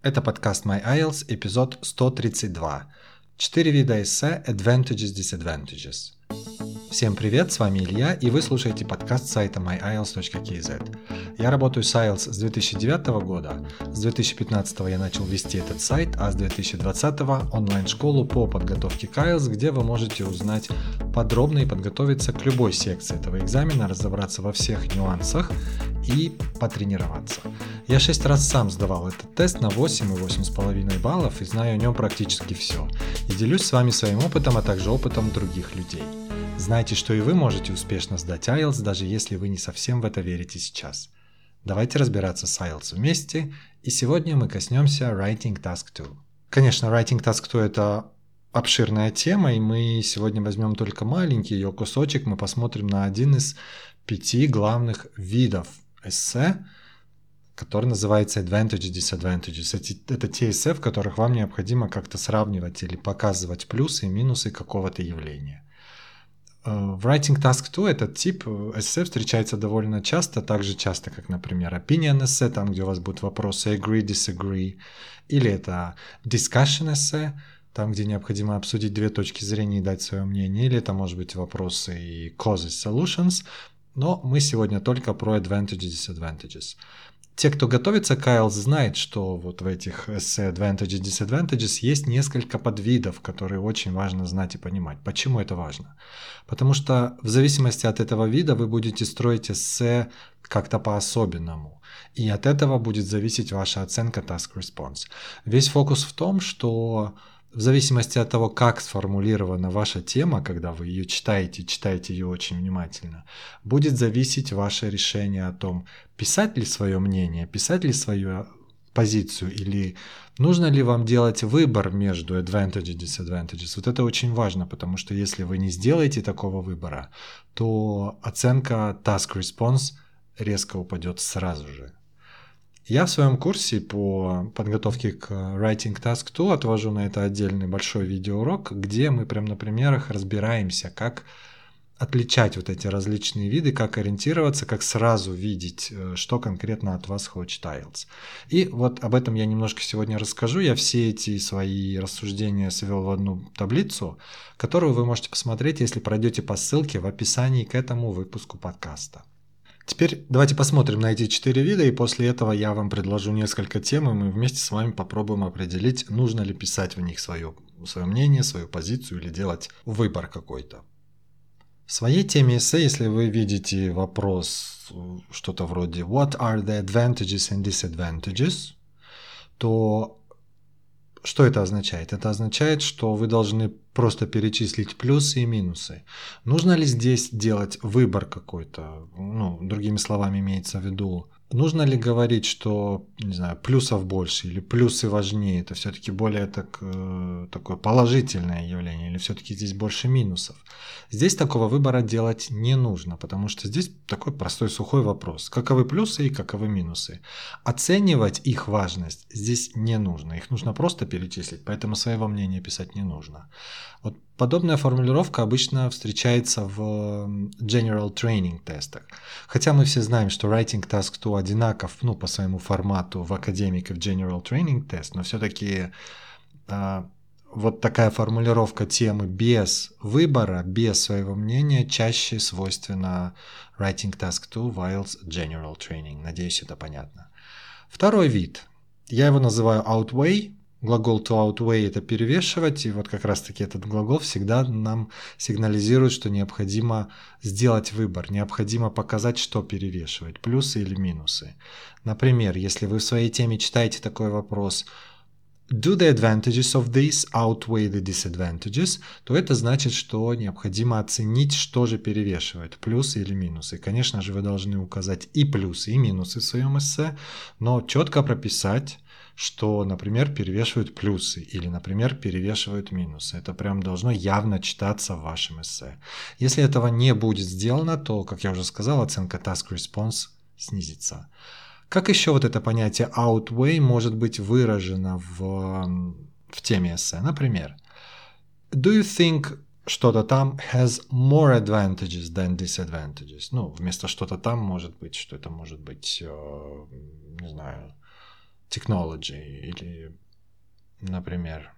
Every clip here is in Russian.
Это подкаст My IELTS, эпизод 132. 4 вида эссе Advantages, Disadvantages. Всем привет, с вами Илья, и вы слушаете подкаст сайта myielts.kz. Я работаю с IELTS с 2009 года, с 2015 я начал вести этот сайт, а с 2020 онлайн-школу по подготовке к IELTS, где вы можете узнать подробно и подготовиться к любой секции этого экзамена, разобраться во всех нюансах и потренироваться. Я 6 раз сам сдавал этот тест на 8 и 8,5 баллов и знаю о нем практически все. И делюсь с вами своим опытом, а также опытом других людей. Знайте, что и вы можете успешно сдать IELTS, даже если вы не совсем в это верите сейчас. Давайте разбираться с IELTS вместе, и сегодня мы коснемся Writing Task 2. Конечно, Writing Task 2 это обширная тема, и мы сегодня возьмем только маленький ее кусочек, мы посмотрим на один из 5 главных видов эссе, который называется Advantages, Disadvantages. Это те эссе, в которых вам необходимо как-то сравнивать или показывать плюсы и минусы какого-то явления. В Writing Task 2 этот тип эссе встречается довольно часто, так же часто, как, например, Opinion эссе, там, где у вас будут вопросы agree, disagree, или это Discussion эссе, там, где необходимо обсудить две точки зрения и дать свое мнение, или это, может быть, вопросы и causes, solutions, но мы сегодня только про Advantages, Disadvantages. Те, кто готовится к IELTS, знают, что вот в этих эссе Advantages, Disadvantages есть несколько подвидов, которые очень важно знать и понимать. Почему это важно? Потому что в зависимости от этого вида вы будете строить эссе как-то по-особенному. И от этого будет зависеть ваша оценка Task Response. Весь фокус в том, что в зависимости от того, как сформулирована ваша тема, когда вы ее читаете ее очень внимательно, будет зависеть ваше решение о том, писать ли свое мнение, писать ли свою позицию, или нужно ли вам делать выбор между advantages и disadvantages. Вот это очень важно, потому что если вы не сделаете такого выбора, то оценка task response резко упадет сразу же. Я в своем курсе по подготовке к Writing Task 2 отвожу на это отдельный большой видеоурок, где мы прям на примерах разбираемся, как отличать вот эти различные виды, как ориентироваться, как сразу видеть, что конкретно от вас хочет IELTS. И вот об этом я немножко сегодня расскажу. Я все эти свои рассуждения свел в одну таблицу, которую вы можете посмотреть, если пройдете по ссылке в описании к этому выпуску подкаста. Теперь давайте посмотрим на эти 4 вида, и после этого я вам предложу несколько тем, и мы вместе с вами попробуем определить, нужно ли писать в них свое мнение, свою позицию или делать выбор какой-то. В своей теме эссе, если вы видите вопрос что-то вроде «What are the advantages and disadvantages?», то что это означает? Это означает, что вы должны просто перечислить плюсы и минусы. Нужно ли здесь делать выбор какой-то? Другими словами имеется в виду, нужно ли говорить, что, не знаю, плюсов больше или плюсы важнее? Это все-таки более такое положительное явление или все-таки здесь больше минусов? Здесь такого выбора делать не нужно, потому что здесь такой простой сухой вопрос. Каковы плюсы и каковы минусы? Оценивать их важность здесь не нужно. Их нужно просто перечислить, поэтому своего мнения писать не нужно. Вот подобная формулировка обычно встречается в General Training тестах. Хотя мы все знаем, что Writing Task 2 одинаков по своему формату в Academic и в General Training тест, но все-таки вот такая формулировка темы без выбора, без своего мнения чаще свойственна Writing Task 2 в IELTS General Training. Надеюсь, это понятно. Второй вид. Я его называю outweigh. Глагол to outweigh – это перевешивать, и вот как раз-таки этот глагол всегда нам сигнализирует, что необходимо сделать выбор, необходимо показать, что перевешивать, плюсы или минусы. Например, если вы в своей теме читаете такой вопрос «Do the advantages of this outweigh the disadvantages?», то это значит, что необходимо оценить, что же перевешивает, плюсы или минусы. Конечно же, вы должны указать и плюсы, и минусы в своем эссе, но четко прописать, что, например, перевешивают плюсы или, например, перевешивают минусы. Это прям должно явно читаться в вашем эссе. Если этого не будет сделано, то, как я уже сказал, оценка Task Response снизится. Как еще вот это понятие outweigh может быть выражено в теме эссе? Например, do you think что-то там has more advantages than disadvantages? Вместо что-то там может быть, что это может быть, не знаю, technology или, например,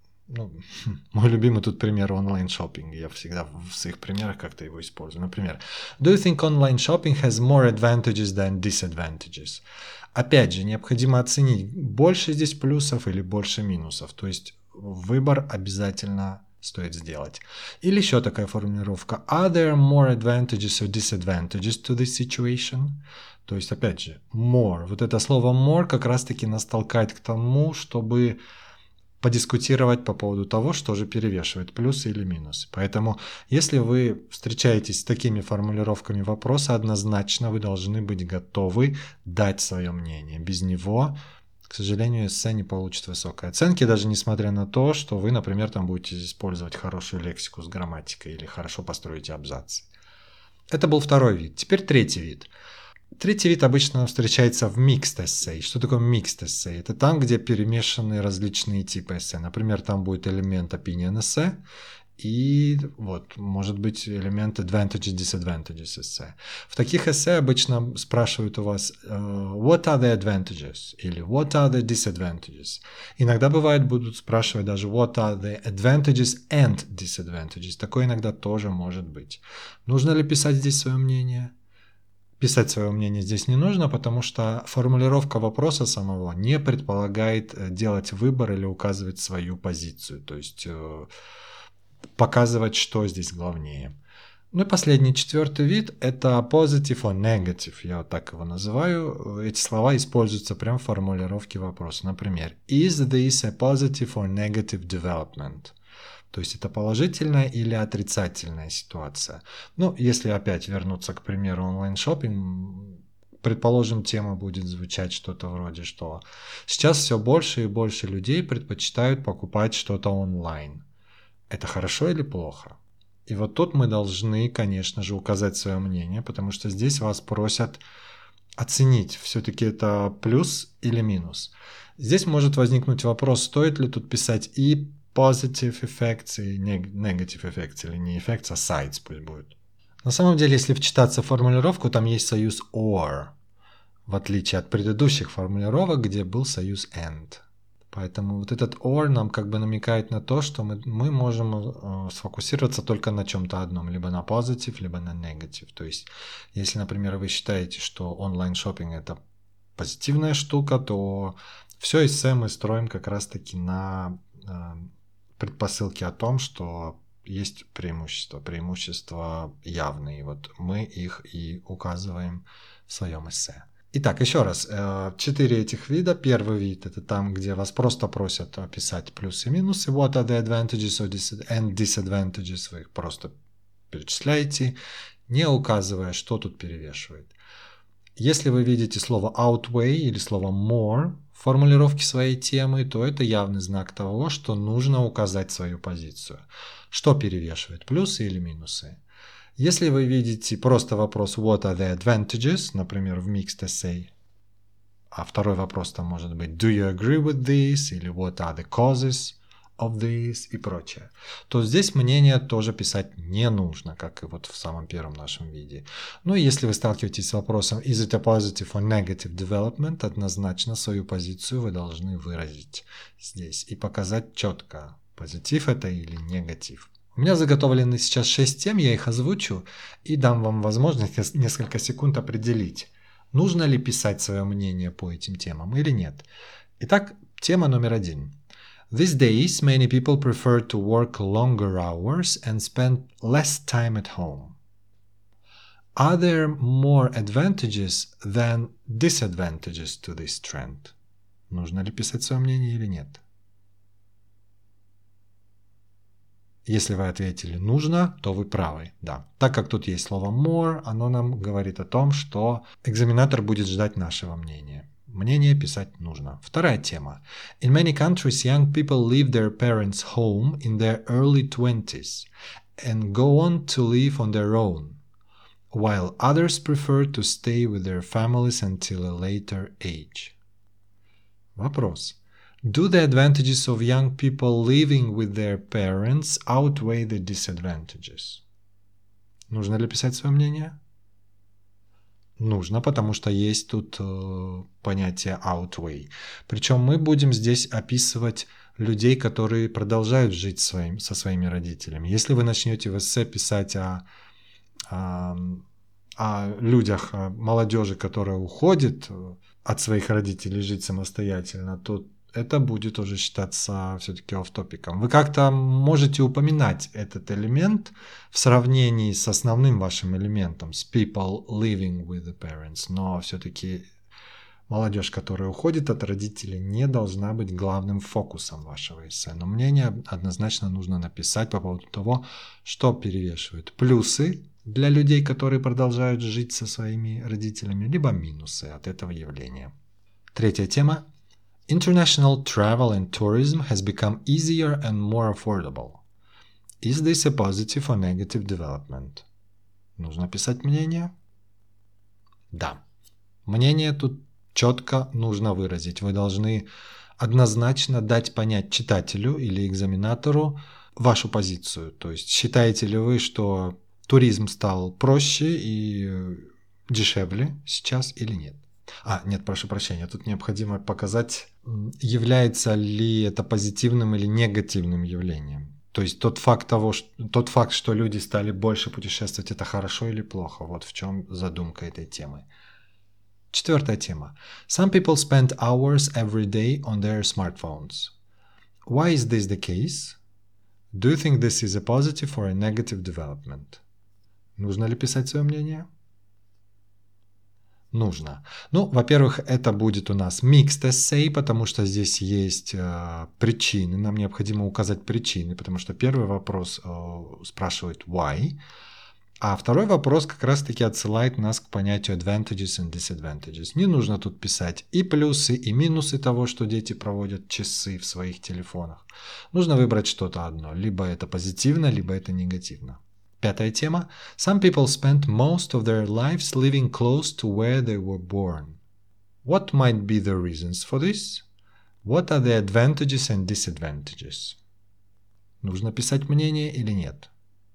мой любимый тут пример онлайн-шоппинг. Я всегда в своих примерах как-то его использую. Например, do you think online shopping has more advantages than disadvantages? Опять же, необходимо оценить, больше здесь плюсов или больше минусов. То есть выбор обязательно стоит сделать. Или еще такая формулировка. Are there more advantages or disadvantages to this situation? То есть, опять же, more. Вот это слово more как раз-таки нас толкает к тому, чтобы подискутировать по поводу того, что же перевешивает, плюсы или минусы. Поэтому, если вы встречаетесь с такими формулировками вопроса, однозначно вы должны быть готовы дать свое мнение. Без него, к сожалению, эссе не получит высокой оценки, даже несмотря на то, что вы, например, там будете использовать хорошую лексику с грамматикой или хорошо построите абзацы. Это был второй вид. Теперь третий вид. Третий вид обычно встречается в mixed essay. Что такое mixed essay? Это там, где перемешаны различные типы эссе. Например, там будет элемент opinion эссе и вот, может быть, элемент advantages, disadvantages эссе. В таких эссе обычно спрашивают у вас what are the advantages или what are the disadvantages. Иногда бывает будут спрашивать даже what are the advantages and disadvantages. Такое иногда тоже может быть. Нужно ли писать здесь свое мнение? Писать свое мнение здесь не нужно, потому что формулировка вопроса самого не предполагает делать выбор или указывать свою позицию, то есть показывать, что здесь главнее. Ну и последний, четвертый вид – это positive or negative, я вот так его называю. Эти слова используются прямо в формулировке вопроса. Например, is this a positive or negative development? То есть это положительная или отрицательная ситуация. Ну, если опять вернуться к примеру онлайн-шоппинг, предположим, тема будет звучать что-то вроде, что сейчас все больше и больше людей предпочитают покупать что-то онлайн. Это хорошо или плохо? И вот тут мы должны, конечно же, указать свое мнение, потому что здесь вас просят оценить, все-таки это плюс или минус. Здесь может возникнуть вопрос, стоит ли тут писать и positive effects и negative effects, или не effects, а sides пусть будет. На самом деле, если вчитаться в формулировку, там есть союз or, в отличие от предыдущих формулировок, где был союз and. Поэтому вот этот or нам как бы намекает на то, что мы можем сфокусироваться только на чем-то одном, либо на positive, либо на negative. То есть, если, например, вы считаете, что онлайн-шоппинг это позитивная штука, то все эссе мы строим как раз-таки на предпосылки о том, что есть преимущества явные. Вот мы их и указываем в своем эссе. Итак, еще раз, 4 этих вида. Первый вид – это там, где вас просто просят описать плюсы и минусы. What are the advantages and disadvantages? Вы их просто перечисляете, не указывая, что тут перевешивает. Если вы видите слово outweigh или слово more в формулировке своей темы, то это явный знак того, что нужно указать свою позицию. Что перевешивает, плюсы или минусы? Если вы видите просто вопрос what are the advantages, например, в mixed essay, а второй вопрос там может быть do you agree with this или what are the causes of this и прочее, то здесь мнение тоже писать не нужно, как и вот в самом первом нашем виде. Ну и если вы сталкиваетесь с вопросом is it a positive or negative development, однозначно свою позицию вы должны выразить здесь и показать четко, позитив это или негатив. У меня заготовлены сейчас 6 тем, я их озвучу и дам вам возможность несколько секунд определить, нужно ли писать свое мнение по этим темам или нет. Итак, тема номер 1. These days, many people prefer to work longer hours and spend less time at home. Are there more advantages than disadvantages to this trend? Нужно ли писать свое мнение или нет? Если вы ответили «нужно», то вы правы, да. Так как тут есть слово more, оно нам говорит о том, что экзаменатор будет ждать нашего мнения. Мнение писать нужно. Вторая тема. In many countries, young people leave their parents' home in their early 20s and go on to live on their own, while others prefer to stay with their families until a later age. Вопрос. Do the advantages of young people living with their parents outweigh the disadvantages? Нужно ли писать свое мнение? Нужно, потому что есть тут понятие outweigh. Причем мы будем здесь описывать людей, которые продолжают жить со своими родителями. Если вы начнете в эссе писать о людях, о молодежи, которая уходит от своих родителей жить самостоятельно, то это будет уже считаться все-таки офф-топиком. Вы как-то можете упоминать этот элемент в сравнении с основным вашим элементом, с people living with the parents, но все-таки молодежь, которая уходит от родителей, не должна быть главным фокусом вашего эссе. Но мнение однозначно нужно написать по поводу того, что перевешивает плюсы для людей, которые продолжают жить со своими родителями, либо минусы от этого явления. Третья тема. International travel and tourism has become easier and more affordable. Is this a positive or negative development? Нужно писать мнение? Да. Мнение тут четко нужно выразить. Вы должны однозначно дать понять читателю или экзаменатору вашу позицию. То есть считаете ли вы, что туризм стал проще и дешевле сейчас или нет? Нет, прошу прощения, тут необходимо показать, является ли это позитивным или негативным явлением. То есть тот факт, что люди стали больше путешествовать, это хорошо или плохо? Вот в чем задумка этой темы. Четвертая тема. Some people spend hours every day on their smartphones. Why is this the case? Do you think this is a positive or a negative development? Нужно ли писать свое мнение? Нужно. Во-первых, это будет у нас mixed essay, потому что здесь есть причины. Нам необходимо указать причины, потому что первый вопрос спрашивает why, а второй вопрос как раз-таки отсылает нас к понятию advantages and disadvantages. Не нужно тут писать и плюсы, и минусы того, что дети проводят часы в своих телефонах. Нужно выбрать что-то одно. Либо это позитивно, либо это негативно. Пятая тема. Some people spend most of their lives living close to where they were born. What might be the reasons for this? What are the advantages and disadvantages? Нужно писать мнение или нет?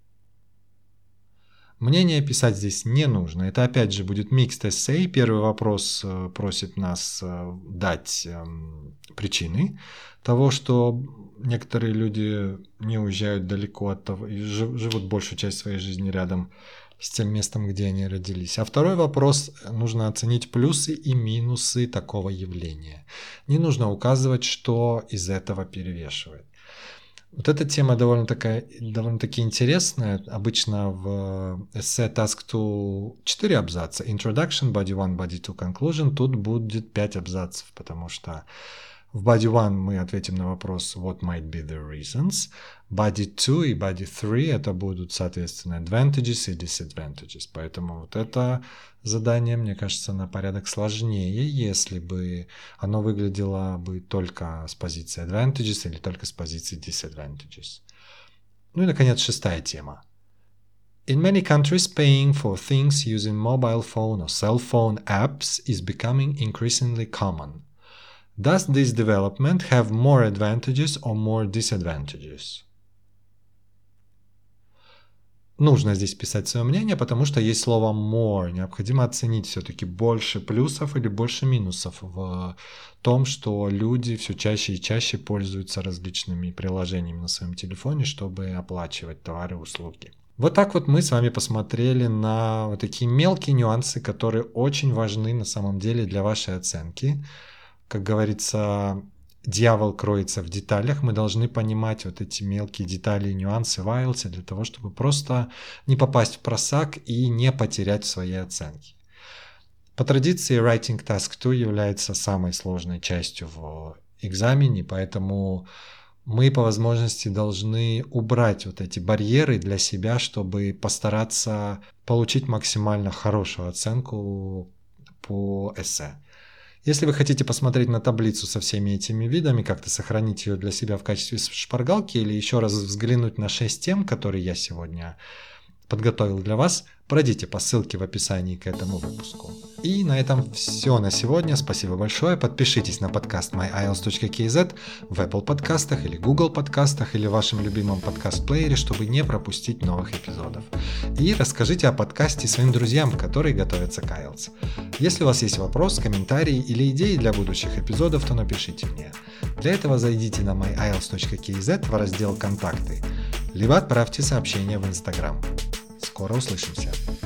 Мнение писать здесь не нужно. Это опять же будет mixed essay. Первый вопрос просит нас дать причины того, что некоторые люди не уезжают далеко от того и живут большую часть своей жизни рядом с тем местом, где они родились. А второй вопрос, нужно оценить плюсы и минусы такого явления. Не нужно указывать, что из этого перевешивает. Вот эта тема довольно-таки интересная. Обычно в эссе Task 2 4 абзаца. Introduction, Body 1, Body 2, Conclusion. Тут будет 5 абзацев, потому что в Body 1 мы ответим на вопрос What might be the reasons. Body 2 и Body 3 это будут, соответственно, advantages и disadvantages. Поэтому вот это задание, мне кажется, на порядок сложнее, если бы оно выглядело бы только с позиции advantages или только с позиции disadvantages. И, наконец, шестая тема. In many countries, paying for things using mobile phone or cell phone apps is becoming increasingly common. Does this development have more advantages or more disadvantages? Нужно здесь писать свое мнение, потому что есть слово more. Необходимо оценить все-таки больше плюсов или больше минусов в том, что люди все чаще и чаще пользуются различными приложениями на своем телефоне, чтобы оплачивать товары и услуги. Вот так вот мы с вами посмотрели на вот такие мелкие нюансы, которые очень важны на самом деле для вашей оценки. Как говорится, дьявол кроется в деталях. Мы должны понимать вот эти мелкие детали и нюансы в IELTS для того, чтобы просто не попасть в просак и не потерять свои оценки. По традиции, Writing Task 2 является самой сложной частью в экзамене, поэтому мы по возможности должны убрать вот эти барьеры для себя, чтобы постараться получить максимально хорошую оценку по эссе. Если вы хотите посмотреть на таблицу со всеми этими видами, как-то сохранить ее для себя в качестве шпаргалки или еще раз взглянуть на 6 тем, которые я сегодня подготовил для вас, пройдите по ссылке в описании к этому выпуску. И на этом все на сегодня. Спасибо большое. Подпишитесь на подкаст myiles.kz в Apple подкастах или Google подкастах или в вашем любимом подкаст-плеере, чтобы не пропустить новых эпизодов. И расскажите о подкасте своим друзьям, которые готовятся к IELTS. Если у вас есть вопрос, комментарии или идеи для будущих эпизодов, то напишите мне. Для этого зайдите на myiles.kz в раздел «Контакты», либо отправьте сообщение в Instagram. Скоро услышимся!